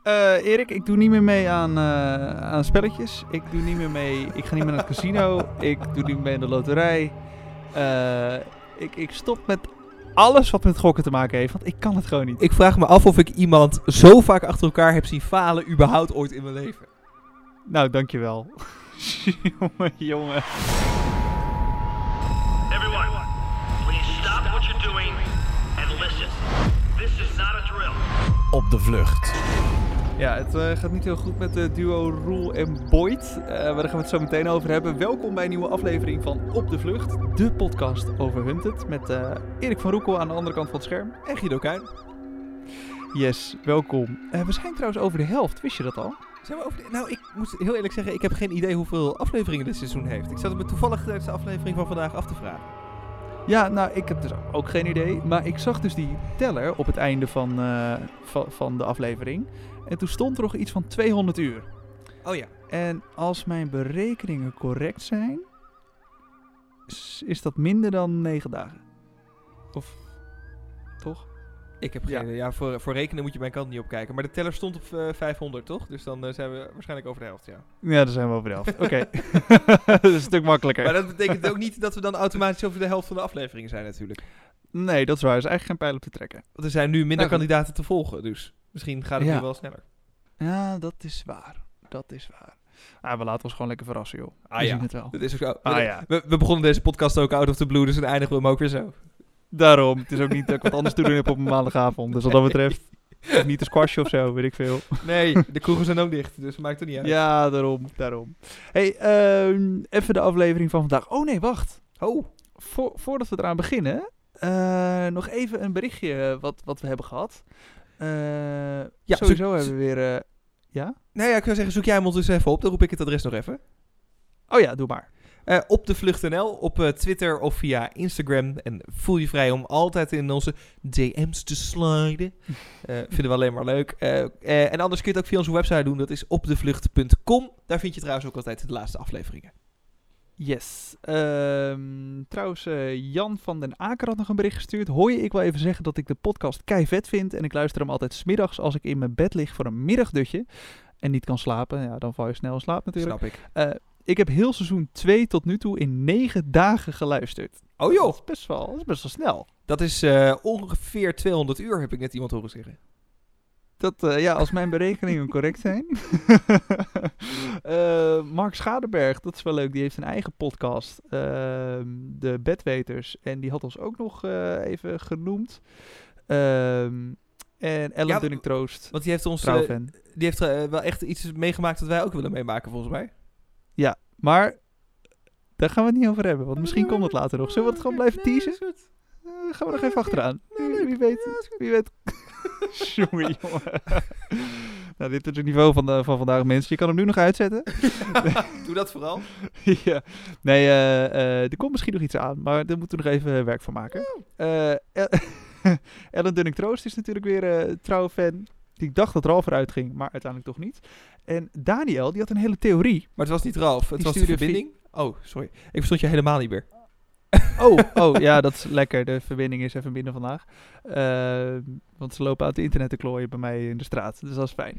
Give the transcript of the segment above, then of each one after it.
Erik, ik doe niet meer mee aan spelletjes. Ik doe niet meer mee. Ik ga niet meer naar het casino. Ik doe niet meer mee aan de loterij. Ik stop met alles wat met gokken te maken heeft, want ik kan het gewoon niet. Ik vraag me af of ik iemand zo vaak achter elkaar heb zien falen überhaupt ooit in mijn leven. Nou, dankjewel. jongen. Everyone, please stop what you're doing and listen. This is not a drill. Op de vlucht. Ja, het gaat niet heel goed met de duo Roel en Boyd. Maar daar gaan we het zo meteen over hebben. Welkom bij een nieuwe aflevering van Op de Vlucht. De podcast over Hunted. Met Erik van Roekel aan de andere kant van het scherm. En Guido Kuin. Yes, welkom. We zijn trouwens over de helft. Wist je dat al? Zijn we over Nou, ik moet heel eerlijk zeggen, ik heb geen idee hoeveel afleveringen dit seizoen heeft. Ik zat het me toevallig tijdens de aflevering van vandaag af te vragen. Ja, nou, ik heb dus ook geen idee. Maar ik zag dus die teller op het einde van de aflevering. En toen stond er nog iets van 200 uur. Oh ja. En als mijn berekeningen correct zijn, is dat minder dan 9 dagen. Of, toch? Ik heb geen idee. Ja, voor rekenen moet je mijn kant niet opkijken. Maar de teller stond op 500, toch? Dus dan zijn we waarschijnlijk over de helft, ja. Ja, dan zijn we over de helft. Oké. Dat is een stuk makkelijker. Maar dat betekent ook niet dat we dan automatisch over de helft van de afleveringen zijn natuurlijk. Nee, dat is waar. Er is eigenlijk geen pijl op te trekken. Want er zijn nu minder Nou, kandidaten te volgen, dus misschien gaat het nu wel sneller. Ja, dat is waar. Dat is waar. Ah, we laten ons gewoon lekker verrassen, joh. We zien het wel. Dat is ook zo. Ja. We begonnen deze podcast ook out of the blue, dus dan eindigen we hem ook weer zo. Daarom. Het is ook niet dat ik wat anders te doen heb op een maandagavond. Dus wat dat betreft, niet te squashen of zo, weet ik veel. Nee, de kroegen zijn ook dicht, dus maakt het niet uit. Ja, daarom. Hey, even de aflevering van vandaag. Oh nee, wacht. Oh. Voordat we eraan beginnen, nog even een berichtje wat we hebben gehad. Sowieso hebben we weer... ja? Nee, ja, ik zou zeggen, zoek jij hem ondertussen even op, dan roep ik het adres nog even. Oh ja, doe maar. Op de Vlucht.nl, op Twitter of via Instagram. En voel je vrij om altijd in onze DM's te sliden. Vinden we alleen maar leuk. En anders kun je het ook via onze website doen. Dat is opdevlucht.com. Daar vind je trouwens ook altijd de laatste afleveringen. Yes. Trouwens, Jan van den Aker had nog een bericht gestuurd. Hoor je, ik wil even zeggen dat ik de podcast keivet vind. En ik luister hem altijd 's middags als ik in mijn bed lig voor een middagdutje. En niet kan slapen. Ja, dan val je snel in slaap natuurlijk. Snap ik. Ik heb heel seizoen 2 tot nu toe in 9 dagen geluisterd. Oh joh. Dat is best wel snel. Dat is ongeveer 200 uur, heb ik net iemand horen zeggen. Als mijn berekeningen correct zijn. Mark Schadeberg, dat is wel leuk. Die heeft een eigen podcast. De Bedweters. En die had ons ook nog even genoemd. En Ellen Dunning-Troost. Want die heeft ons die heeft wel echt iets meegemaakt dat wij ook willen meemaken, volgens mij. Ja, maar daar gaan we het niet over hebben. Want misschien komt het later nog. Zullen we het gewoon blijven teasen? Gaan we nog even achteraan. Wie weet. Jongen. Nou, dit is het niveau van vandaag, mensen. Je kan hem nu nog uitzetten. Doe dat vooral. Ja. Nee, er komt misschien nog iets aan. Maar daar moeten we nog even werk van maken. Ellen Dunning-Troost is natuurlijk weer trouwe fan. Ik dacht dat Ralf eruit ging, maar uiteindelijk toch niet. En Daniel, die had een hele theorie. Maar het was niet Ralf, het Die was de stuurde verbinding. Oh, sorry. Ik verstond je helemaal niet meer. Oh, ja, dat is lekker. De verbinding is even minder vandaag. Want ze lopen uit het internet te klooien bij mij in de straat. Dus dat is fijn.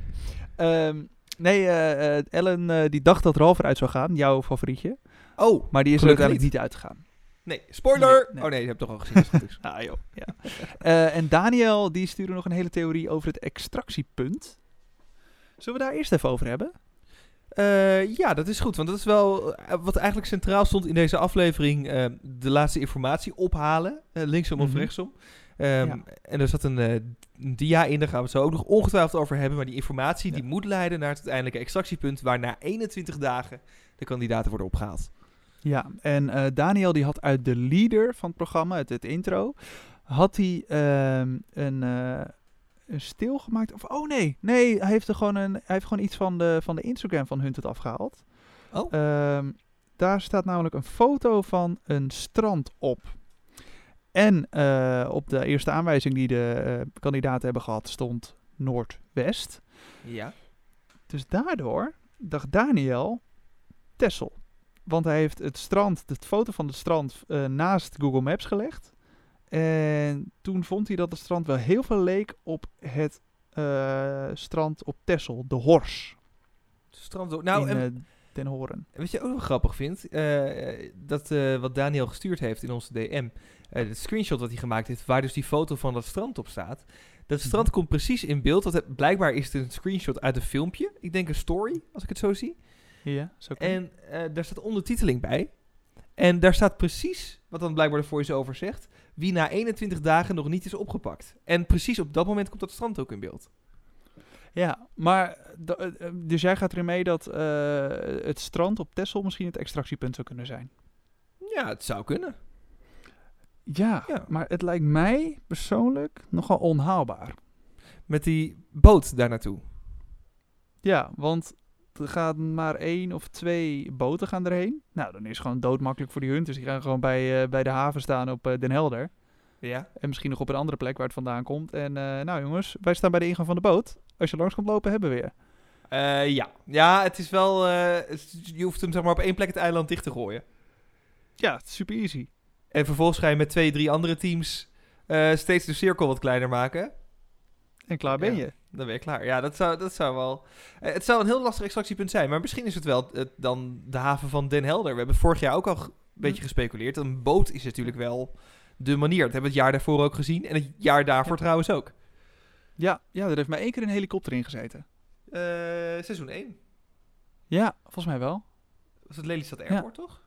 Ellen die dacht dat Ralf eruit zou gaan. Jouw favorietje. Oh, maar die is er uiteindelijk niet uitgegaan. Nee, spoiler! Nee. Oh nee, je hebt toch al gezien als het goed is. Ah joh, ja. En Daniel, die stuurde nog een hele theorie over het extractiepunt. Zullen we daar eerst even over hebben? Ja, dat is goed. Want dat is wel wat eigenlijk centraal stond in deze aflevering. De laatste informatie ophalen. Linksom of rechtsom. En er zat een dia in. Daar gaan we het zo ook nog ongetwijfeld over hebben. Maar die informatie die moet leiden naar het uiteindelijke extractiepunt. Waar na 21 dagen de kandidaten worden opgehaald. Ja, en Daniel die had uit de leader van het programma, uit het intro, had hij een stil gemaakt. Of nee, hij heeft er gewoon iets van de Instagram van Hunted afgehaald. Oh. Daar staat namelijk een foto van een strand op. En op de eerste aanwijzing die de kandidaten hebben gehad stond Noordwest. Ja. Dus daardoor dacht Daniel Texel. Want hij heeft de foto van het strand naast Google Maps gelegd. En toen vond hij dat het strand wel heel veel leek op het strand op Texel, de Hors. Nou, in Den Horen. wat je ook nog grappig vindt, dat wat Daniel gestuurd heeft in onze DM, het screenshot wat hij gemaakt heeft, waar dus die foto van dat strand op staat. Dat strand komt precies in beeld, want blijkbaar is het een screenshot uit een filmpje. Ik denk een story, als ik het zo zie. Ja, zo kan. En daar staat ondertiteling bij. En daar staat precies, wat dan blijkbaar de voice-over zegt, wie na 21 dagen nog niet is opgepakt. En precies op dat moment komt dat strand ook in beeld. Ja, maar dus jij gaat erin mee dat het strand op Texel misschien het extractiepunt zou kunnen zijn. Ja, het zou kunnen. Ja, maar het lijkt mij persoonlijk nogal onhaalbaar. Met die boot daar naartoe. Ja, want er gaan maar 1 of 2 boten gaan erheen. Nou, dan is het gewoon doodmakkelijk voor die hunters. Die gaan gewoon bij de haven staan op Den Helder. Ja. En misschien nog op een andere plek waar het vandaan komt. En nou jongens, wij staan bij de ingang van de boot. Als je langs komt lopen, hebben we weer. Ja. Ja, het is wel... je hoeft hem zeg maar op 1 plek het eiland dicht te gooien. Ja, super easy. En vervolgens ga je met 2, 3 andere teams steeds de cirkel wat kleiner maken. En klaar ben je. Dan ben je klaar. Ja, dat zou wel... het zou een heel lastig extractiepunt zijn. Maar misschien is het wel dan de haven van Den Helder. We hebben vorig jaar ook al een beetje gespeculeerd. Een boot is natuurlijk wel de manier. Dat hebben we het jaar daarvoor ook gezien. En het jaar daarvoor trouwens ook. Ja, er heeft maar 1 keer een helikopter in gezeten. Seizoen 1. Ja, volgens mij wel. Was het Lelystad Airport, toch?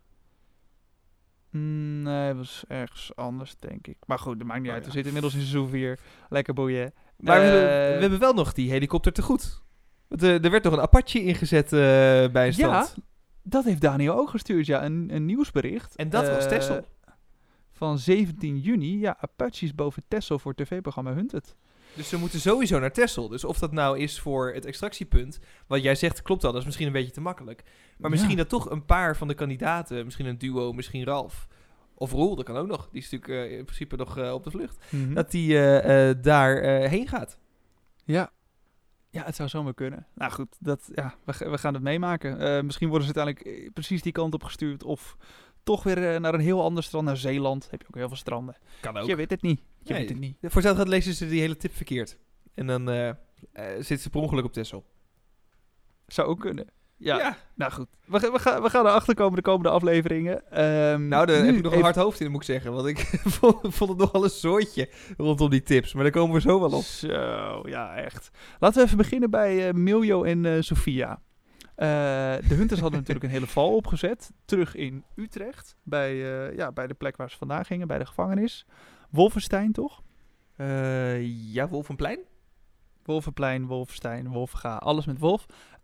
Nee, het was ergens anders, denk ik. Maar goed, dat maakt niet uit. Ja. We zitten inmiddels in seizoen 4. Lekker boeien. Maar we hebben wel nog die helikopter te goed. Want, er werd nog een Apache ingezet bij een strand. Ja, dat heeft Daniel ook gestuurd. Ja, een nieuwsbericht. En dat was Texel. Van 17 juni. Ja, Apaches boven Texel voor tv-programma Hunted. Dus ze moeten sowieso naar Texel. Dus of dat nou is voor het extractiepunt, wat jij zegt klopt al, dat is misschien een beetje te makkelijk. Maar misschien dat toch een paar van de kandidaten, misschien een duo, misschien Ralf of Roel, dat kan ook nog. Die is natuurlijk in principe nog op de vlucht. Mm-hmm. Dat die daar heen gaat. Ja, het zou zomaar kunnen. Nou goed, we gaan het meemaken. Misschien worden ze uiteindelijk precies die kant op gestuurd of toch weer naar een heel ander strand, naar Zeeland. Heb je ook heel veel stranden. Kan ook. Je weet het niet. Voor hetzelfde gaat lezen ze die hele tip verkeerd. En dan zitten ze per ongeluk op Texel. Zou ook kunnen. Ja. Nou goed, we gaan erachter komen de komende afleveringen. Nou, daar heb ik nog een hard hoofd in, moet ik zeggen. Want ik vond het nogal een zooitje rondom die tips. Maar daar komen we zo wel op. Zo, ja echt. Laten we even beginnen bij Miljo en Sofia. De Hunters hadden natuurlijk een hele val opgezet. Terug in Utrecht. Bij de plek waar ze vandaan gingen, bij de gevangenis. Wolfenstein, toch? Ja, Wolfenplein? Wolfenplein, Wolfenstein, Wolfga. Alles met Wolf.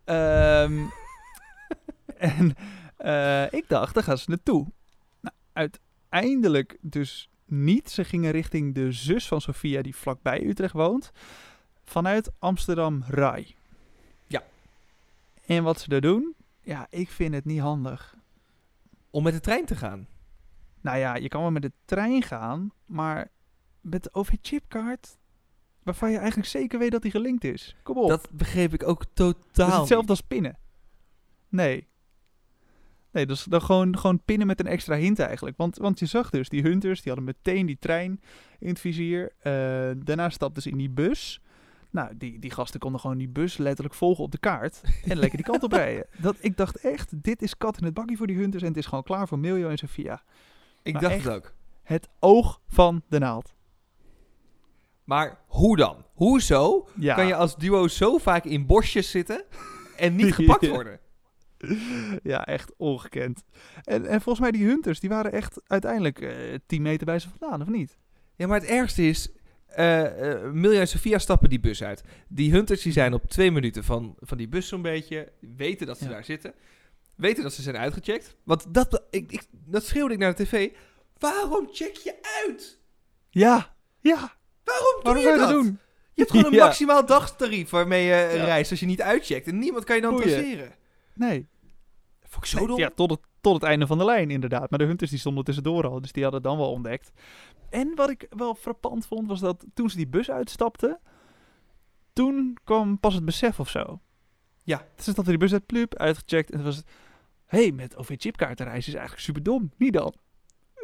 En ik dacht, daar gaan ze naartoe. Nou, uiteindelijk dus niet. Ze gingen richting de zus van Sofia, die vlakbij Utrecht woont. Vanuit Amsterdam Rai. Ja. En wat ze daar doen? Ja, ik vind het niet handig. Om met de trein te gaan? Nou ja, je kan wel met de trein gaan, maar met de OV-chipkaart, waarvan je eigenlijk zeker weet dat die gelinkt is. Kom op. Dat begreep ik ook totaal Dat is hetzelfde als pinnen. Nee, dus dan gewoon pinnen met een extra hint eigenlijk. Want je zag dus, die Hunters, die hadden meteen die trein in het vizier. Daarna stapten ze in die bus. Nou, die gasten konden gewoon die bus letterlijk volgen op de kaart. En lekker die kant op rijden. Ik dacht echt, dit is kat in het bakkie voor die Hunters. En het is gewoon klaar voor Miljo en Sofia. Ik Maar dacht echt, het ook. Het oog van de naald. Maar hoe dan? Hoezo Ja. kan je als duo zo vaak in bosjes zitten en niet gepakt worden? Ja, echt ongekend. En volgens mij die Hunters, die waren echt uiteindelijk 10 meter bij ze vandaan, of niet? Ja, maar het ergste is, Miljo en Sofia stappen die bus uit. Die Hunters die zijn op 2 minuten van die bus zo'n beetje, weten dat ze daar zitten, weten dat ze zijn uitgecheckt. Want dat schreeuwde ik naar de tv. Waarom check je uit? Ja. Waarom Waarom je zou je dat dat doen? Je hebt gewoon een Ja. maximaal dagstarief waarmee je reist als je niet uitcheckt. En niemand kan je dan Boeien. traceren. Nee. Vond ik zo dom. Ja, tot het einde van de lijn inderdaad. Maar de Hunters die stonden tussendoor al, dus die hadden het dan wel ontdekt. En wat ik wel frappant vond, was dat toen ze die bus uitstapten, toen kwam pas het besef of zo. Ja. Dus dat er die bus uit plup, uitgecheckt en toen was het, met OV-chipkaart te reizen is eigenlijk super dom. Niet dan.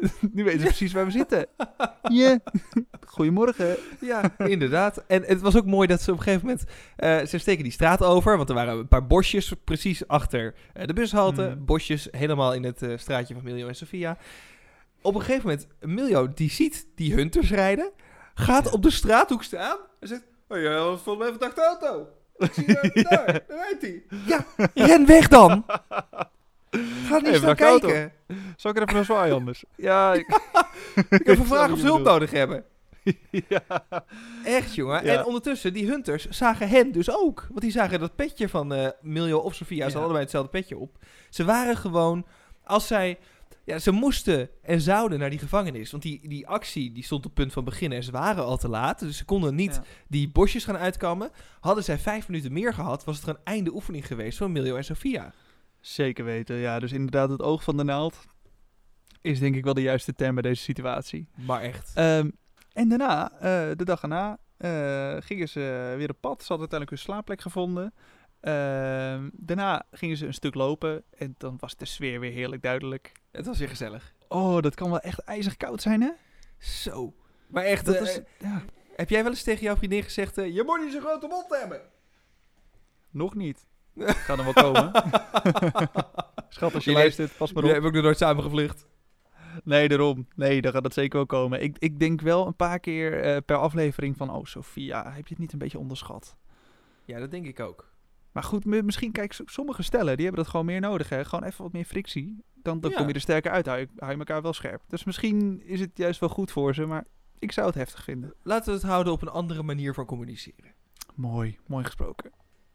Nu weten ze precies waar we zitten. Ja. Goedemorgen. Ja, inderdaad. En het was ook mooi dat ze op een gegeven moment... ze steken die straat over, want er waren een paar bosjes precies achter de bushalte. Bosjes helemaal in het straatje van Miljo en Sofia. Op een gegeven moment, Miljo die ziet die hunters rijden, gaat op de straathoek staan en zegt... Oh ja, volgens mij vandaag de auto. Ik zie daar rijdt hij. Ja, ren weg dan. Ga niet staan kijken. Zal ik er even naar zwaaien anders? Ja, ik heb een vraag of ze hulp nodig hebben. Ja. Echt, jongen. Ja. En ondertussen, die hunters zagen hen dus ook. Want die zagen dat petje van Miljo of Sofia. Ze hadden allebei hetzelfde petje op. Ze waren gewoon, als zij... Ja, ze moesten en zouden naar die gevangenis. Want die actie die stond op punt van beginnen. En ze waren al te laat. Dus ze konden niet die bosjes gaan uitkammen. Hadden zij 5 minuten meer gehad, was het een einde oefening geweest van Miljo en Sofia. Zeker weten, ja. Dus inderdaad, het oog van de naald is denk ik wel de juiste term bij deze situatie. Maar echt. En daarna, de dag erna, gingen ze weer op pad. Ze hadden uiteindelijk hun slaapplek gevonden. Daarna gingen ze een stuk lopen en dan was de sfeer weer heerlijk duidelijk. Het was weer gezellig. Oh, dat kan wel echt ijzig koud zijn, hè? Zo. Maar echt, ja. Heb jij wel eens tegen jouw vriendin gezegd... je moet niet zo'n grote mond hebben? Nog niet. Gaat er wel komen. Schat, als je luistert, pas maar op. Jij hebt ook nog nooit samen gevlucht. Nee, daarom. Nee, dan gaat dat zeker wel komen. Ik denk wel een paar keer per aflevering van... Oh, Sofia, heb je het niet een beetje onderschat? Ja, dat denk ik ook. Maar goed, misschien, kijk, sommige stellen, die hebben dat gewoon meer nodig, hè. Gewoon even wat meer frictie. Dan kom je er sterker uit, hou je elkaar wel scherp. Dus misschien is het juist wel goed voor ze, maar ik zou het heftig vinden. Laten we het houden op een andere manier van communiceren. Mooi gesproken.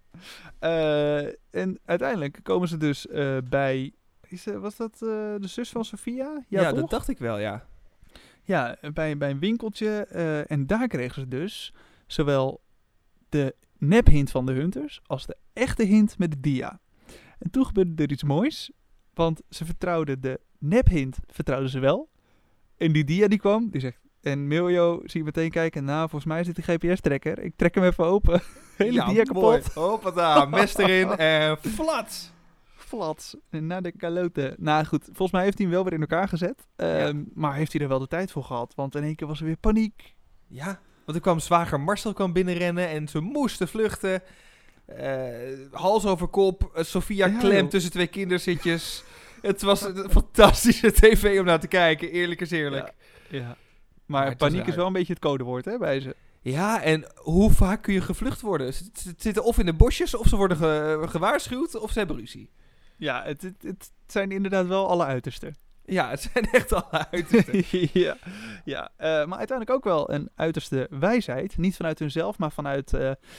En uiteindelijk komen ze dus bij... Was dat de zus van Sofia? Ja, dat dacht ik wel, ja. Ja, bij een winkeltje. En daar kregen ze dus zowel de nephint van de hunters als de echte hint met de dia. En toen gebeurde er iets moois. Want ze vertrouwden de nephint, vertrouwden ze wel. En die dia die kwam, die zegt... En Miljo zie je meteen kijken. Nou, volgens mij is dit een GPS-trekker. Ik trek hem even open. Hele dia kapot. Hoppata, mes erin en flats. Flats. En naar de kaloten. Nou goed, volgens mij heeft hij hem wel weer in elkaar gezet. Maar heeft hij er wel de tijd voor gehad? Want in één keer was er weer paniek. Ja, want er kwam zwager Marcel binnenrennen en ze moesten vluchten. Hals over kop, Sofia klem tussen 2 kinderzitjes. Het was een fantastische tv om naar te kijken, eerlijk is eerlijk. Ja. Maar paniek is wel een beetje het codewoord, hè, bij ze. Ja, en hoe vaak kun je gevlucht worden? Ze zitten of in de bosjes, of ze worden gewaarschuwd, of ze hebben ruzie. Ja, het zijn inderdaad wel alle uitersten. Ja, het zijn echt alle uitersten. ja. Maar uiteindelijk ook wel een uiterste wijsheid. Niet vanuit hunzelf, maar vanuit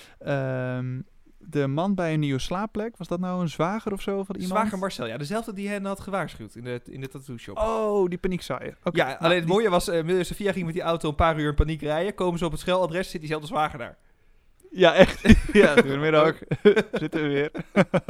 de man bij een nieuwe slaapplek. Was dat nou een zwager of zo van iemand? Zwager Marcel, ja. Dezelfde die hen had gewaarschuwd in de tattoo shop. Oh, die paniekzaaier. Okay. Ja, alleen het mooie was, Miljo en Sofia ging met die auto een paar uur in paniek rijden. Komen ze op het schuiladres, zit diezelfde zwager daar. Ja, echt. Ja, goedemiddag. Zitten we weer.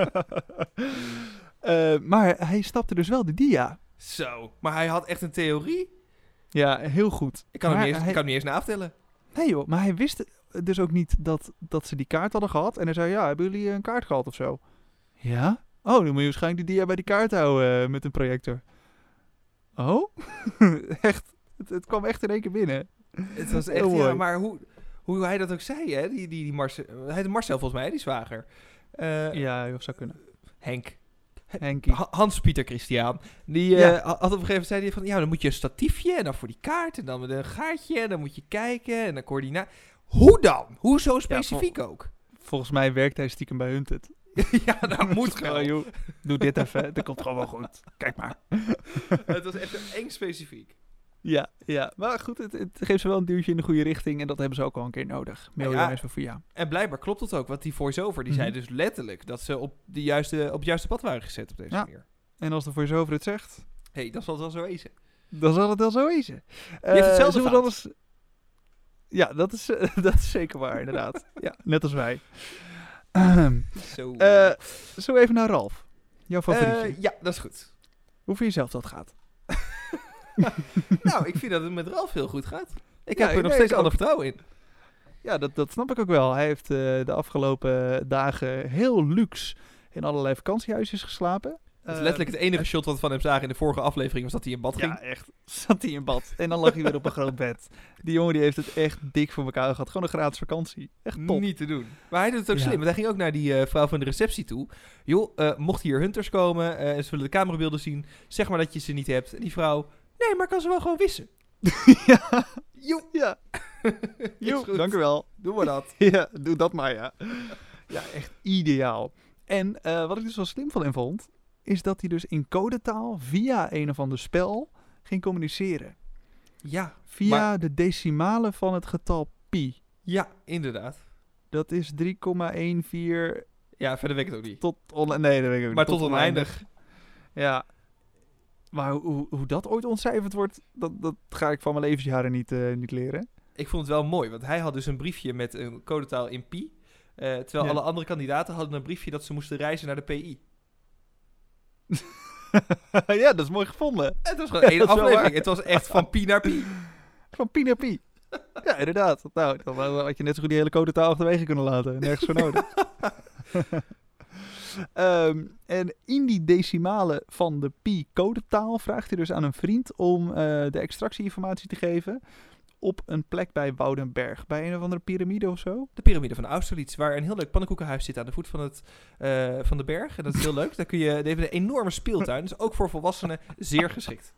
Maar hij stapte dus wel de dia. Zo, maar hij had echt een theorie. Ja, heel goed. Ik kan hem niet eens naftellen. Nee joh, maar hij wist dus ook niet dat ze die kaart hadden gehad. En hij zei, ja, hebben jullie een kaart gehad of zo? Ja? Oh, dan moet je waarschijnlijk die dia bij die kaart houden met een projector. Oh? Echt, het kwam echt in één keer binnen. Het was echt, ja, maar hoe hij dat ook zei, hè? Die Marcel, hij heette Marcel volgens mij, die zwager. Ja, of zou kunnen. Henkie. Hans-Pieter Christian. Die had op een gegeven moment zei hij van... Ja, dan moet je een statiefje en dan voor die kaart... en dan met een gaatje en dan moet je kijken... en dan coördinaat. Hoe dan? Hoe zo specifiek ook? Volgens mij werkt hij stiekem bij Hunted. Ja, dat moet gewoon. Joh, doe dit even. Dat komt gewoon wel goed. Kijk maar. Het was echt eng specifiek. Ja. Maar goed, het geeft ze wel een duwtje in de goede richting... en dat hebben ze ook al een keer nodig. En blijkbaar klopt het ook, want die voice-over... die zei dus letterlijk dat ze op het juiste pad waren gezet op deze manier. En als de voice-over het zegt... Dat zal het wel zo wezen. Dan zal het wel zo wezen. Je hebt hetzelfde fout. Ja, dat is zeker waar, inderdaad. Ja, net als wij. Zo even naar Ralf. Jouw favorietje. Ja, dat is goed. Hoe vind je zelf dat gaat? Nou, ik vind dat het met Ralf heel goed gaat. Ik heb er nog steeds alle vertrouwen in. Ja, dat snap ik ook wel. Hij heeft de afgelopen dagen heel luxe in allerlei vakantiehuisjes geslapen. Het is letterlijk het enige shot wat we van hem zagen in de vorige aflevering was dat hij in bad ging. Ja, echt. Zat hij in bad. En dan lag hij weer op een groot bed. Die jongen die heeft het echt dik voor elkaar gehad. Gewoon een gratis vakantie. Echt top. Niet te doen. Maar hij doet het ook Ja. slim. Want hij ging ook naar die vrouw van de receptie toe. Joh, mocht hier hunters komen en ze willen de camerabeelden zien, zeg maar dat je ze niet hebt. En die vrouw, nee, maar kan ze wel gewoon wissen. Ja. Joe. Ja. Jo, goed. dank u wel. Doe maar dat. Ja, doe dat maar, ja. Ja, echt ideaal. En wat ik dus wel slim van hem vond, is dat hij dus in codetaal via een of ander spel ging communiceren. Ja, Via maar- de decimalen van het getal pi. ja, inderdaad. Dat is 3,14 Ja, verder weet ik het ook niet. tot... Nee, dat weet ik ook niet. Maar tot oneindig. Ja. Maar hoe dat ooit ontcijferd wordt, dat ga ik van mijn levensjaren niet leren. Ik vond het wel mooi, want hij had dus een briefje met een codetaal in pi. Terwijl Ja. alle andere kandidaten hadden een briefje dat ze moesten reizen naar de PI. Ja, dat is mooi gevonden. Het was gewoon één dat is wel aflevering. waar. Het was echt van pi naar pi. Van pi naar pi. Ja, inderdaad. Nou, dan had je net zo goed die hele codetaal achterwege kunnen laten. Nergens voor nodig. En in die decimalen van de pi-codetaal vraagt hij dus aan een vriend om de extractieinformatie te geven op een plek bij Woudenberg. Bij een of andere piramide of zo. De piramide van Austerlitz, waar een heel leuk pannenkoekenhuis zit aan de voet van de berg. En dat is heel leuk. Daar kun je, die hebben een enorme speeltuin. Dus ook voor volwassenen zeer geschikt.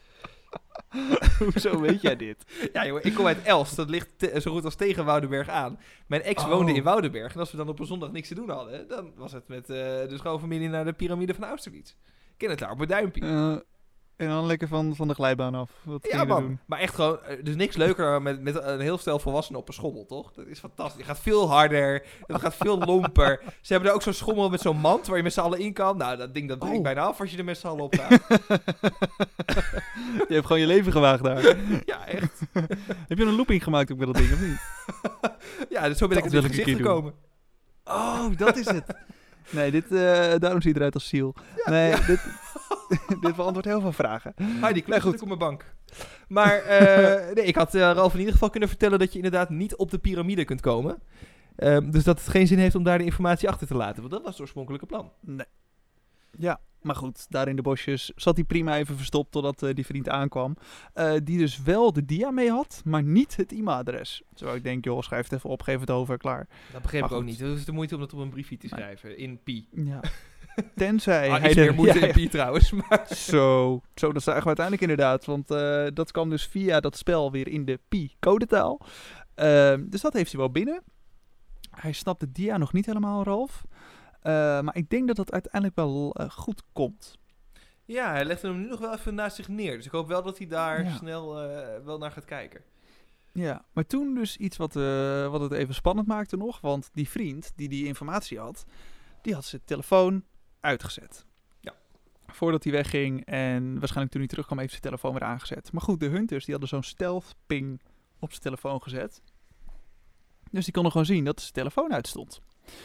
Hoezo weet jij dit? Ja jongen, ik kom uit Elst. Dat ligt zo goed als tegen Woudenberg aan. Mijn ex woonde in Woudenberg. En als we dan op een zondag niks te doen hadden, dan was het met de schoonfamilie naar de piramide van Austerlitz. Ik ken het daar op een duimpje. En dan lekker van de glijbaan af. Wat Ja ging je man, doen? maar echt gewoon, dus niks leuker dan met een heel stel volwassenen op een schommel, toch? Dat is fantastisch. Je gaat veel harder, het gaat veel lomper. Ze hebben er ook zo'n schommel met zo'n mand waar je met z'n allen in kan. Nou, dat ding dat breekt bijna af als je er met z'n allen op gaat. Je hebt gewoon je leven gewaagd daar. Ja, echt. Heb je een looping gemaakt ook met dat ding, of niet? Ja, dus zo ben ik Dat het wil in ik het een gezicht keer gekomen. Oh, dat is het. Nee, daarom zie je eruit als ziel. Nee, dit beantwoordt heel veel vragen. Die klopt goed. goed op mijn bank. Maar nee, ik had Ralf in ieder geval kunnen vertellen dat je inderdaad niet op de piramide kunt komen. Dus dat het geen zin heeft om daar de informatie achter te laten. Want dat was het oorspronkelijke plan. Nee. Ja, maar goed, daar in de bosjes zat hij prima even verstopt totdat die vriend aankwam. Die dus wel de dia mee had, maar niet het e-mailadres. Terwijl ik denk, joh, schrijf het even op, geef het over, klaar. Dat begreep Maar ik ook goed. niet. Het is de moeite om dat op een briefje te schrijven. In pi. Ja. Tenzij Iets meer moeite in pi trouwens. Maar Zo, dat zagen we uiteindelijk inderdaad. Want dat kwam dus via dat spel weer in de pi-codetaal. Dus dat heeft hij wel binnen. Hij snapt de dia nog niet helemaal, Ralf. Maar ik denk dat dat uiteindelijk wel goed komt. ja, hij legde hem nu nog wel even naast zich neer. Dus ik hoop wel dat hij daar Ja. snel wel naar gaat kijken. Ja, maar toen dus iets wat het even spannend maakte nog. Want die vriend die informatie had, die had zijn telefoon uitgezet. Ja. Voordat hij wegging en waarschijnlijk toen hij terugkwam heeft zijn telefoon weer aangezet. Maar goed, de hunters die hadden zo'n stealth ping op zijn telefoon gezet. Dus die konden gewoon zien dat zijn telefoon uitstond.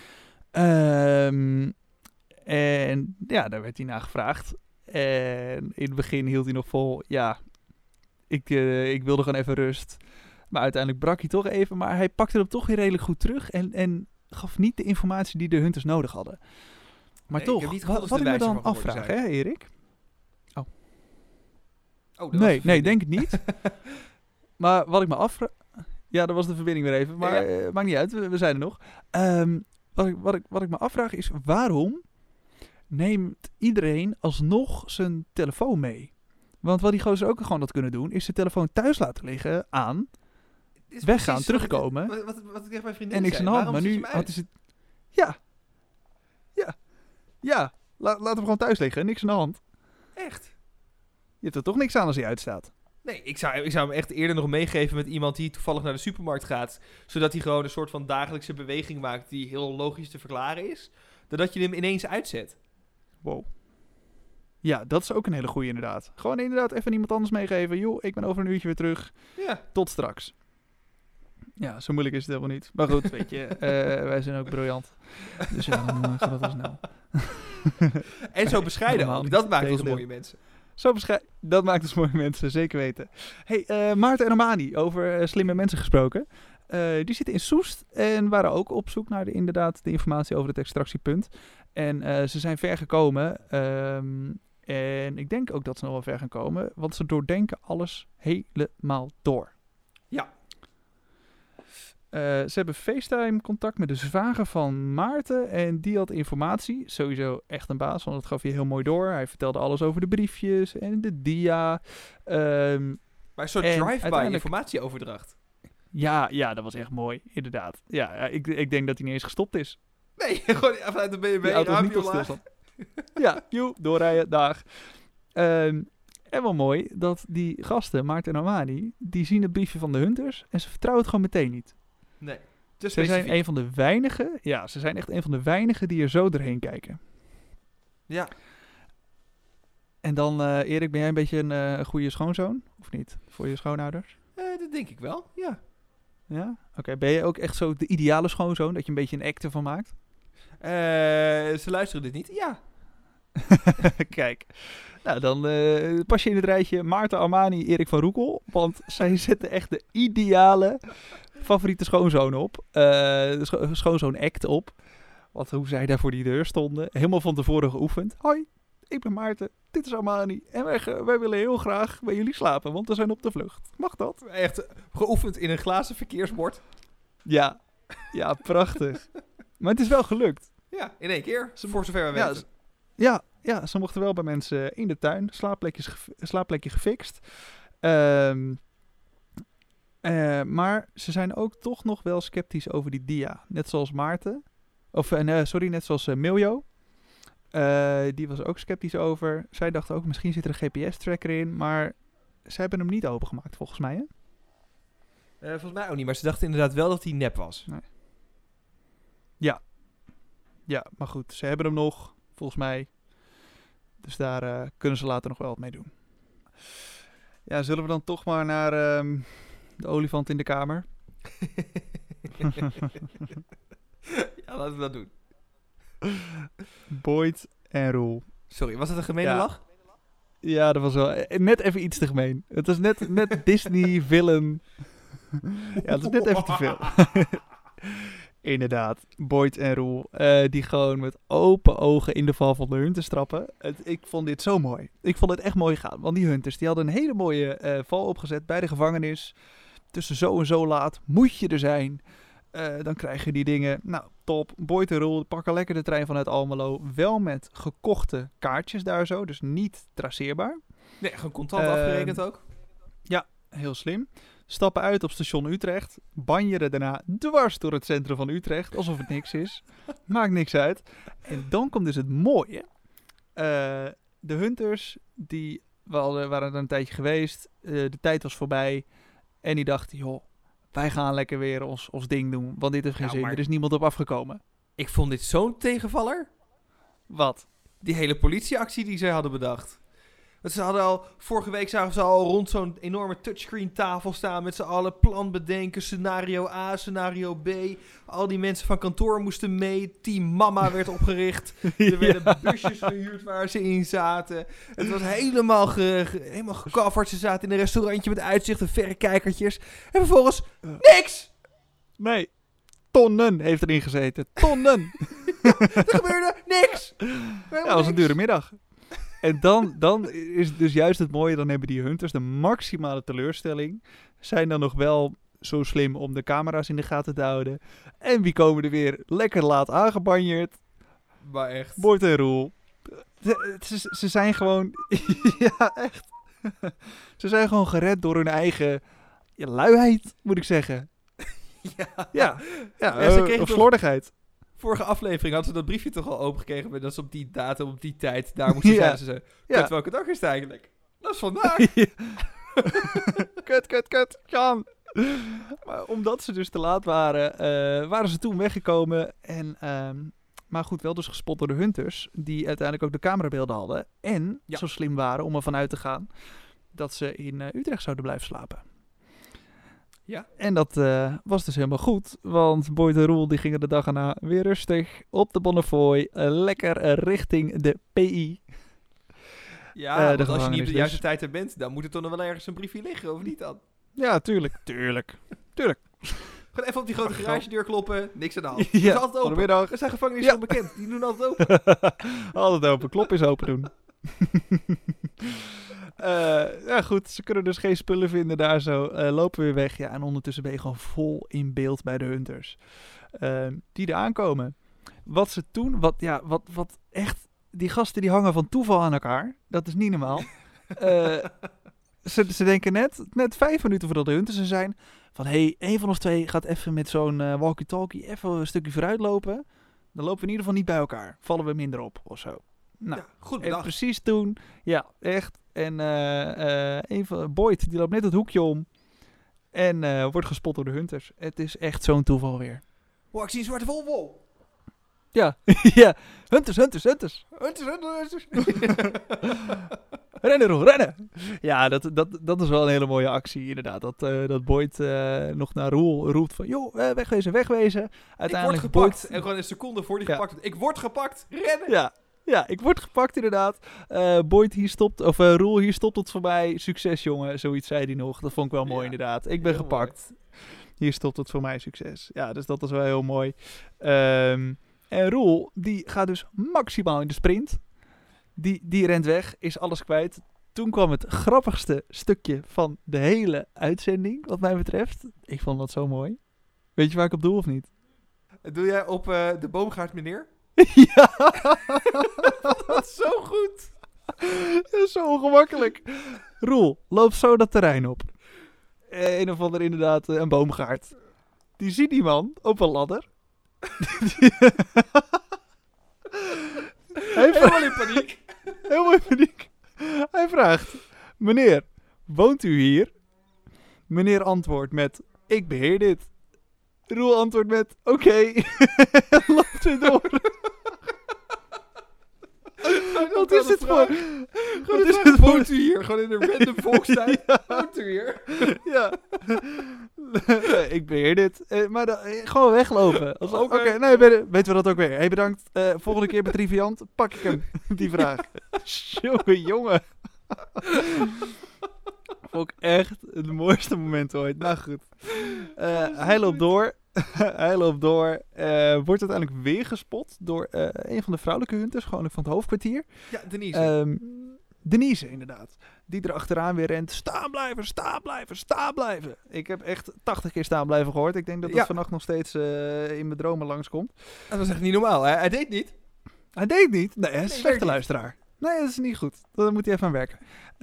En ja, daar werd hij naar gevraagd. En in het begin hield hij nog vol, ja, ik wilde gewoon even rust. Maar uiteindelijk brak hij toch even. Maar hij pakte hem toch weer redelijk goed terug. En gaf niet de informatie die de hunters nodig hadden. Maar Nee, ik toch, heb niet het gevoel wat dat ik ze me er dan wijzer van geworden afvraag, hè Erik? Oh, dat Nee, was nee, denk het niet. Maar wat ik me afvraag... Ja, dat was de verbinding weer even. Maar maakt niet uit, we zijn er nog. Wat ik me afvraag is, waarom neemt iedereen alsnog zijn telefoon mee? Want wat die gozer ook gewoon had kunnen doen, is zijn telefoon thuis laten liggen aan, Dit is weggaan, precies terugkomen Wat ik tegen mijn vriendin en niks aan zei. de hand. Maar Waarom nu zet je hem had hij het... Ja, laat hem gewoon thuis liggen, niks aan de hand. Echt? Je hebt er toch niks aan als hij uitstaat. Nee, ik zou hem echt eerder nog meegeven met iemand die toevallig naar de supermarkt gaat. Zodat hij gewoon een soort van dagelijkse beweging maakt die heel logisch te verklaren is. Dan dat je hem ineens uitzet. Wow. Ja, dat is ook een hele goeie inderdaad. Gewoon inderdaad even iemand anders meegeven. Joh, ik ben over een uurtje weer terug. Ja. Tot straks. Ja, zo moeilijk is het helemaal niet. Maar goed, weet je, wij zijn ook briljant. Dus ja, dan gaat het wel snel. En zo bescheiden Helemaal ook. niet. Dat maakt ons Tegendeel. mooie mensen. Dat maakt dus mooie mensen, zeker weten. Hey, Maarten en Romani, over slimme mensen gesproken. Die zitten in Soest en waren ook op zoek naar inderdaad de informatie over het extractiepunt. En ze zijn ver gekomen. En ik denk ook dat ze nog wel ver gaan komen. Want ze doordenken alles helemaal door. Ja. Ze hebben FaceTime contact met de zwager van Maarten. En die had informatie. Sowieso echt een baas, want dat gaf hij heel mooi door. Hij vertelde alles over de briefjes en de dia. Maar een soort drive-by uiteindelijk... informatieoverdracht. Ja, dat was echt mooi, inderdaad. Ja, ik denk dat hij niet eens gestopt is. Nee, gewoon vanuit de BMW. Die auto is niet tot stilstand. Ja, doorrijden, dag. En wel mooi dat die gasten, Maarten en Armani, die zien het briefje van de Hunters en ze vertrouwen het gewoon meteen niet. Nee. Ze zijn een van de weinigen, ze zijn echt een van de weinigen die er zo doorheen kijken. Ja. En dan, Erik, ben jij een beetje een goede schoonzoon? Of niet? Voor je schoonouders? Dat denk ik wel, ja. Ja? Oké, ben je ook echt zo de ideale schoonzoon, dat je een beetje een act ervan maakt? Ze luisteren dit niet? Ja. Kijk, nou dan pas je in het rijtje Maarten Armani, Erik van Roekel. Want zij zetten echt de ideale favoriete schoonzoon op. De schoonzoon act op. Want hoe zij daar voor die deur stonden. Helemaal van tevoren geoefend. Hoi, ik ben Maarten, dit is Armani. En wij willen heel graag bij jullie slapen, want we zijn op de vlucht. Mag dat? Echt geoefend in een glazen verkeersbord. Ja, prachtig. Maar het is wel gelukt. Ja, in één keer. Voor zover we weten. Ja, ze mochten wel bij mensen in de tuin. Slaapplekje gefixt. Maar ze zijn ook toch nog wel sceptisch over die dia. Net zoals Maarten. Net zoals Miljo. Die was ook sceptisch over. Zij dachten ook, misschien zit er een GPS-tracker in. Maar zij hebben hem niet opengemaakt, volgens mij, hè? Volgens mij ook niet. Maar ze dachten inderdaad wel dat hij nep was. Nee. Ja, maar goed. Ze hebben hem nog, volgens mij. Dus daar kunnen ze later nog wel wat mee doen. Ja, zullen we dan toch maar naar de olifant in de kamer? Ja, laten we dat doen. Boyd en Roel. Sorry, was het een gemene lach? Ja, dat was wel net even iets te gemeen. Het was net Disney, villain. Ja, dat is net even te veel. Inderdaad, Boyd en Roel, die gewoon met open ogen in de val van de Hunters trappen. Ik vond dit zo mooi. Ik vond het echt mooi gaan, want die Hunters die hadden een hele mooie val opgezet bij de gevangenis. Tussen zo en zo laat moet je er zijn. Dan krijg je die dingen. Nou, top. Boyd en Roel pakken lekker de trein vanuit Almelo. Wel met gekochte kaartjes daar zo, dus niet traceerbaar. Nee, gewoon contant afgerekend ook. Ja, heel slim. Stappen uit op station Utrecht. Banjeren daarna dwars door het centrum van Utrecht. Alsof het niks is. Maakt niks uit. En dan komt dus het mooie. De Hunters, die waren er een tijdje geweest. De tijd was voorbij. En die dachten, joh, wij gaan lekker weer ons ding doen. Want dit heeft geen zin. Maar... Er is niemand op afgekomen. Ik vond dit zo'n tegenvaller. Wat? Die hele politieactie die zij hadden bedacht. Want ze hadden al, vorige week zagen ze al rond zo'n enorme touchscreen tafel staan met z'n allen plan bedenken, scenario A, scenario B. Al die mensen van kantoor moesten mee. Team Mama werd opgericht. Er werden busjes gehuurd waar ze in zaten. Het was helemaal gecoverd. Ze zaten in een restaurantje met uitzicht en verrekijkertjes. En vervolgens niks! Nee, tonnen heeft erin gezeten. Tonnen! Er gebeurde niks! Ja, dat was een dure middag. En dan is dus juist het mooie, dan hebben die Hunters de maximale teleurstelling. Zijn dan nog wel zo slim om de camera's in de gaten te houden. En wie komen er weer lekker laat aangebanjeerd? Maar echt. Boyd en Roel. Ze zijn gewoon... ja, echt. Ze zijn gewoon gered door hun eigen luiheid, moet ik zeggen. Ja, of slordigheid. Vorige aflevering hadden ze dat briefje toch al opengekregen met dat ze op die datum, op die tijd, daar moesten zijn. Ze kut, welke dag is het eigenlijk? Dat is vandaag. Kut, Jan. Maar omdat ze dus te laat waren, waren ze toen weggekomen. Maar goed, wel dus gespot door de Hunters, die uiteindelijk ook de camerabeelden hadden. En zo slim waren om ervan uit te gaan dat ze in Utrecht zouden blijven slapen. Ja. En dat was dus helemaal goed, want Boyd en Roel die gingen de dag erna weer rustig op de Bonnefoy, lekker richting de PI. Ja, want als je niet op de juiste tijd er bent, dan moet er toch nog wel ergens een briefje liggen, of niet dan? Ja, tuurlijk. Gewoon even op die grote Ach, garagedeur kloppen. Niks aan de hand. Ja, Dat is altijd open. goedemiddag. Er zijn gevangenissen onbekend. Die doen altijd open. Altijd open. Klop is open doen. Ja, goed. Ze kunnen dus geen spullen vinden daar zo. Lopen weer weg. Ja, en ondertussen ben je gewoon vol in beeld bij de hunters. Die er aankomen. Wat ze doen, wat echt... Die gasten die hangen van toeval aan elkaar. Dat is niet normaal. Ze denken net 5 minuten voordat de hunters er zijn... van hé, één van ons twee gaat even met zo'n walkie-talkie even een stukje vooruit lopen. Dan lopen we in ieder geval niet bij elkaar. Vallen we minder op of zo. Nou, Ja, goed en bedacht. precies toen. Ja, echt. En een van Boyd, die loopt net het hoekje om. En wordt gespot door de hunters. Het is echt zo'n toeval weer. Wow, ik zie een zwarte Volvo. Ja, ja. Hunters. Hunters. Rennen, Roel, rennen! Ja, dat is wel een hele mooie actie, inderdaad. Dat Boyd nog naar Roel roept van... joh, wegwezen. Ik word Uiteindelijk gepakt. Boyd... En gewoon een seconde voor die Ja. gepakt wordt. Ik word gepakt. Rennen. Ja, ik word gepakt, inderdaad. Boyd hier stopt... Of Roel, hier stopt het voor mij. Succes, jongen. Zoiets zei hij nog. Dat vond ik wel mooi, Ja, inderdaad. Ik ben heel gepakt. Hier stopt het voor mij. Succes. Ja, dus dat is wel heel mooi. En Roel, die gaat dus maximaal in de sprint. Die rent weg, is alles kwijt. Toen kwam het grappigste stukje van de hele uitzending, wat mij betreft. Ik vond dat zo mooi. Weet je waar ik op doe of niet? Doe jij op de boomgaard, meneer? Ja! Dat is zo goed. Dat is zo ongemakkelijk. Roel, loop zo dat terrein op. Een of ander inderdaad, een boomgaard. Die ziet die man op een ladder. Helemaal in paniek. Helemaal in paniek. Hij vraagt, meneer, woont u hier? Meneer antwoordt met, ik beheer dit. Roel antwoordt met, oké. Loopt weer door. Wat is dit voor? Wat is dit voor? Woont u hier? Gewoon in een random volkstuin. Woont u hier? Ja. Ik beheer dit. Maar gewoon weglopen. Oké, nee, weten we dat ook weer. Hey, bedankt. Volgende keer bij Triviant pak ik hem. Die vraag. Jongen. Vond ik echt het mooiste moment ooit. Nou goed. Hij loopt door. Wordt uiteindelijk weer gespot door een van de vrouwelijke hunters. Gewoon van het hoofdkwartier. Ja, Denise. Denise, inderdaad. Die er achteraan weer rent. Staan blijven. Ik heb echt 80 keer staan blijven gehoord. Ik denk dat dat vannacht nog steeds in mijn dromen langskomt. Dat was echt niet normaal, hè? Hij deed niet. Hij deed niet. Nee, hij is een slechte niet. luisteraar. Nee, dat is niet goed. Daar moet hij even aan werken.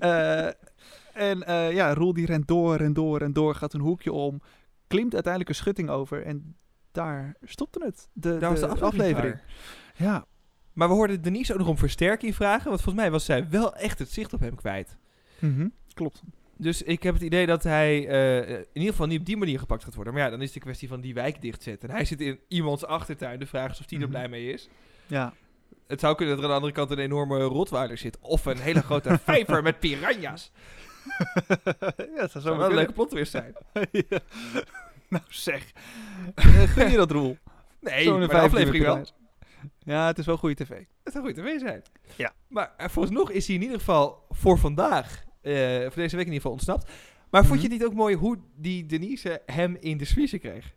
Roel die rent door. Gaat een hoekje om. Klimt uiteindelijk een schutting over. En daar stopte het. Daar was de aflevering. Ja. Maar we hoorden Denise ook nog om versterking vragen. Want volgens mij was zij wel echt het zicht op hem kwijt. Klopt. Dus ik heb het idee dat hij in ieder geval niet op die manier gepakt gaat worden. Maar ja, dan is het de kwestie van die wijk dichtzetten. En hij zit in iemands achtertuin. De vraag is of die er blij mee is. Ja. Het zou kunnen dat er aan de andere kant een enorme rotweiler zit. Of een hele grote vijver met piranha's. Ja, dat Zou wel een leuke plot twist zijn. Ja. Nou zeg. Gun je dat, Roel? Nee, Zo'n maar de 5 aflevering uur wel. Ja, het is wel goede tv. Het zou goed tv zijn. Ja. Maar vooralsnog is hij in ieder geval voor vandaag, voor deze week in ieder geval ontsnapt. Maar vond je het niet ook mooi hoe die Denise hem in de smiezen kreeg?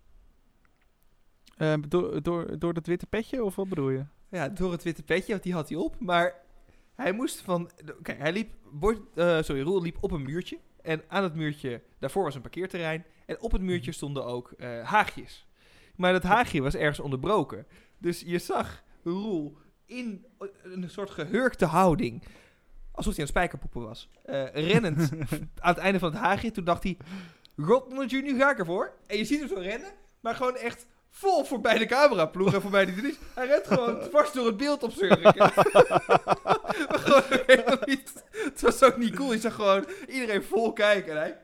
Door dat witte petje, of wat bedoel je? Ja, door het witte petje, want die had hij op. Maar hij moest van... Kijk, hij liep... Roel liep op een muurtje. En aan het muurtje... Daarvoor was een parkeerterrein. En op het muurtje stonden ook haagjes. Maar dat haagje was ergens onderbroken. Dus je zag Roel in een soort gehurkte houding. Alsof hij aan het spijkerpoepen was. Rennend aan het einde van het haagje. Toen dacht hij... God, nu ga ik ervoor. En je ziet hem zo rennen. Maar gewoon echt... vol voorbij de cameraploeg en voorbij die Denise. Hij rent gewoon dwars door het beeld op zurken. Gewoon helemaal niet. Het was ook niet cool. Je zag gewoon iedereen vol kijken. En hij...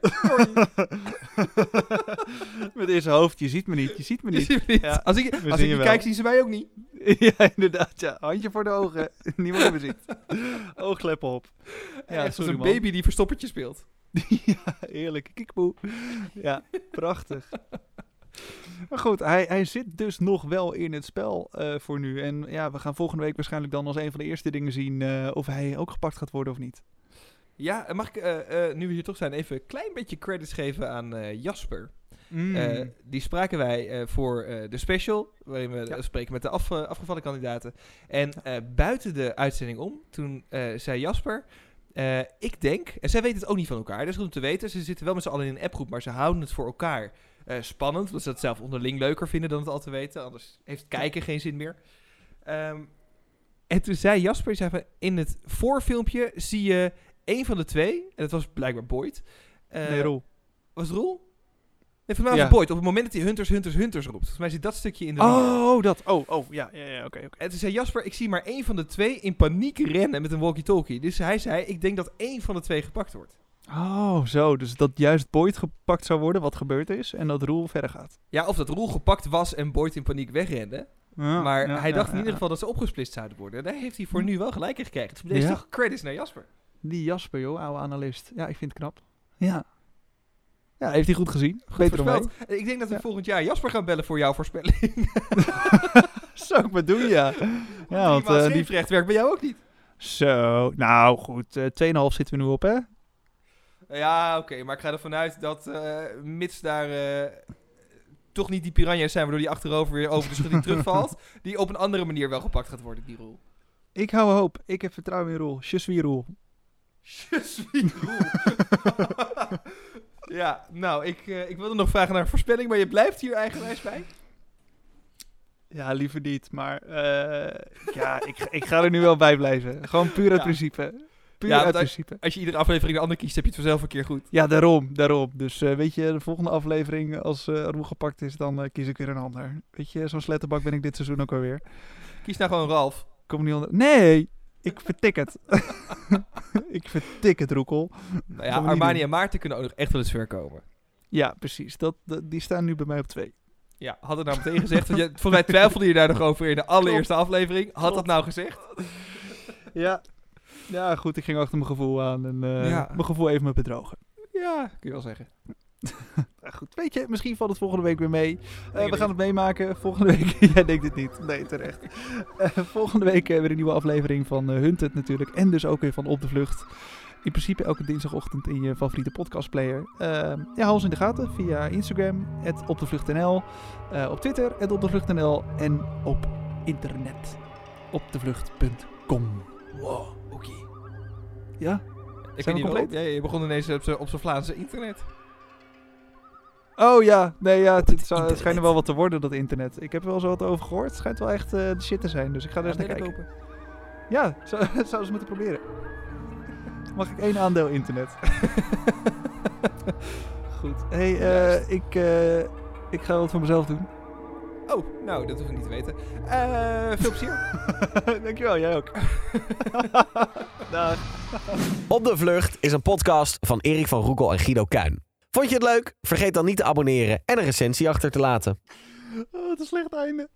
Met in zijn hoofd, je ziet me niet. Je ziet me niet. Ja, als ik zien niet je wel. kijk, zien ze mij ook niet. Ja, inderdaad. Ja. Handje voor de ogen. Niemand me ziet. Oogkleppen op. Ja, het was sorry, een man. baby die verstoppertje speelt. Ja, heerlijk. Kiekboe. Ja, prachtig. Maar goed, hij zit dus nog wel in het spel voor nu. En ja, we gaan volgende week waarschijnlijk dan als een van de eerste dingen zien of hij ook gepakt gaat worden of niet. Ja, en mag ik, nu we hier toch zijn, even een klein beetje credits geven aan Jasper. Die spraken wij voor de special, waarin we spreken met de afgevallen kandidaten. En buiten de uitzending om, toen zei Jasper... ik denk, en zij weten het ook niet van elkaar, dat is goed om te weten. Ze zitten wel met z'n allen in een appgroep, maar ze houden het voor elkaar spannend. Omdat ze dat zelf onderling leuker vinden dan het al te weten. Anders heeft kijken geen zin meer. En toen zei Jasper, zei van, in het voorfilmpje zie je een van de twee, en dat was blijkbaar Boyd. Nee, Roel. Was het Roel? Nee, volgens mij was het Boyd. Op het moment dat hij Hunters roept. Volgens mij zit dat stukje in de video. Oh, dat. Ja, oké. En toen zei Jasper, ik zie maar één van de twee in paniek rennen met een walkie-talkie. Dus hij zei, ik denk dat één van de twee gepakt wordt. Oh, zo. Dus dat juist Boyd gepakt zou worden, wat gebeurd is, en dat Roel verder gaat. Ja, of dat Roel gepakt was en Boyd in paniek wegrende. Maar hij dacht in ieder geval dat ze opgesplitst zouden worden. Daar heeft hij voor nu wel gelijk in gekregen. Dus deze toch credits naar Jasper. Die Jasper, joh, oude analist. Ja, ik vind het knap. Ja. Ja, heeft hij goed gezien. Goed Beter dan voorspeld. Ik denk dat we volgend jaar Jasper gaan bellen voor jouw voorspelling. Zou ik maar doen, ja. Ja, want die recht werkt bij jou ook niet. Zo, nou goed. 2,5 zitten we nu op, hè? Ja, oké. Maar ik ga ervan uit dat mits daar toch niet die piranha's zijn waardoor die achterover weer over de schutting terugvalt, die op een andere manier wel gepakt gaat worden, die Roel. Ik hou hoop. Ik heb vertrouwen in Roel. Je suis Roel. Je suis Roel. Ja, nou, ik wilde nog vragen naar een voorspelling, maar je blijft hier eigenwijs bij? Ja, liever niet. Maar ik ga er nu wel bij blijven. Gewoon puur uit principe. Puur uit principe. Als je iedere aflevering een ander kiest, heb je het vanzelf een keer goed. Ja, daarom. Dus weet je, de volgende aflevering, als Roel gepakt is, dan kies ik weer een ander. Weet je, zo'n sletterbak ben ik dit seizoen ook alweer. Kies nou gewoon Ralf. Kom niet onder... Nee! Ik vertik het. Ik vertik het, Roekel. Nou ja, Armani en Maarten kunnen ook nog echt wel eens ver komen. Ja, precies. Die staan nu bij mij op 2. Ja, had het nou meteen gezegd. Want volgens mij twijfelde je daar nog over in de allereerste aflevering. Had dat nou gezegd? Ja. Ja, goed. Ik ging achter mijn gevoel aan. En mijn gevoel even me bedrogen. Ja, kun je wel zeggen. Ja, goed. Weet je, misschien valt het volgende week weer mee. We gaan het meemaken. Volgende week... Jij denkt het niet. Nee, terecht. Volgende week weer een nieuwe aflevering van Hunted natuurlijk. En dus ook weer van Op de Vlucht. In principe elke dinsdagochtend in je favoriete podcastplayer. Hou ons in de gaten via Instagram, @opdevlucht.nl, op Twitter, @opdevlucht.nl en op internet, opdevlucht.com. Wow, oké. Ja? Ik ben niet compleet. Ja, je begon ineens op zijn Vlaamse internet. Oh ja, nee ja, het schijnt er wel wat te worden, dat internet. Ik heb er wel zo wat over gehoord. Het schijnt wel echt de shit te zijn, dus ik ga er eens naar kijken. Kopen. Ja, dat zouden ze moeten proberen. Mag ik 1 aandeel internet? Goed. Hey, ik ga wat voor mezelf doen. Oh, nou, dat hoef ik niet te weten. Veel plezier. Dankjewel, jij ook. Dag. Op de Vlucht is een podcast van Erik van Roekel en Guido Kuin. Vond je het leuk? Vergeet dan niet te abonneren en een recensie achter te laten. Oh, wat een slecht einde.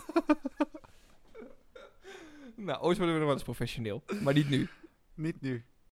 Nou, ooit worden we nog wel eens professioneel. Maar niet nu. Niet nu.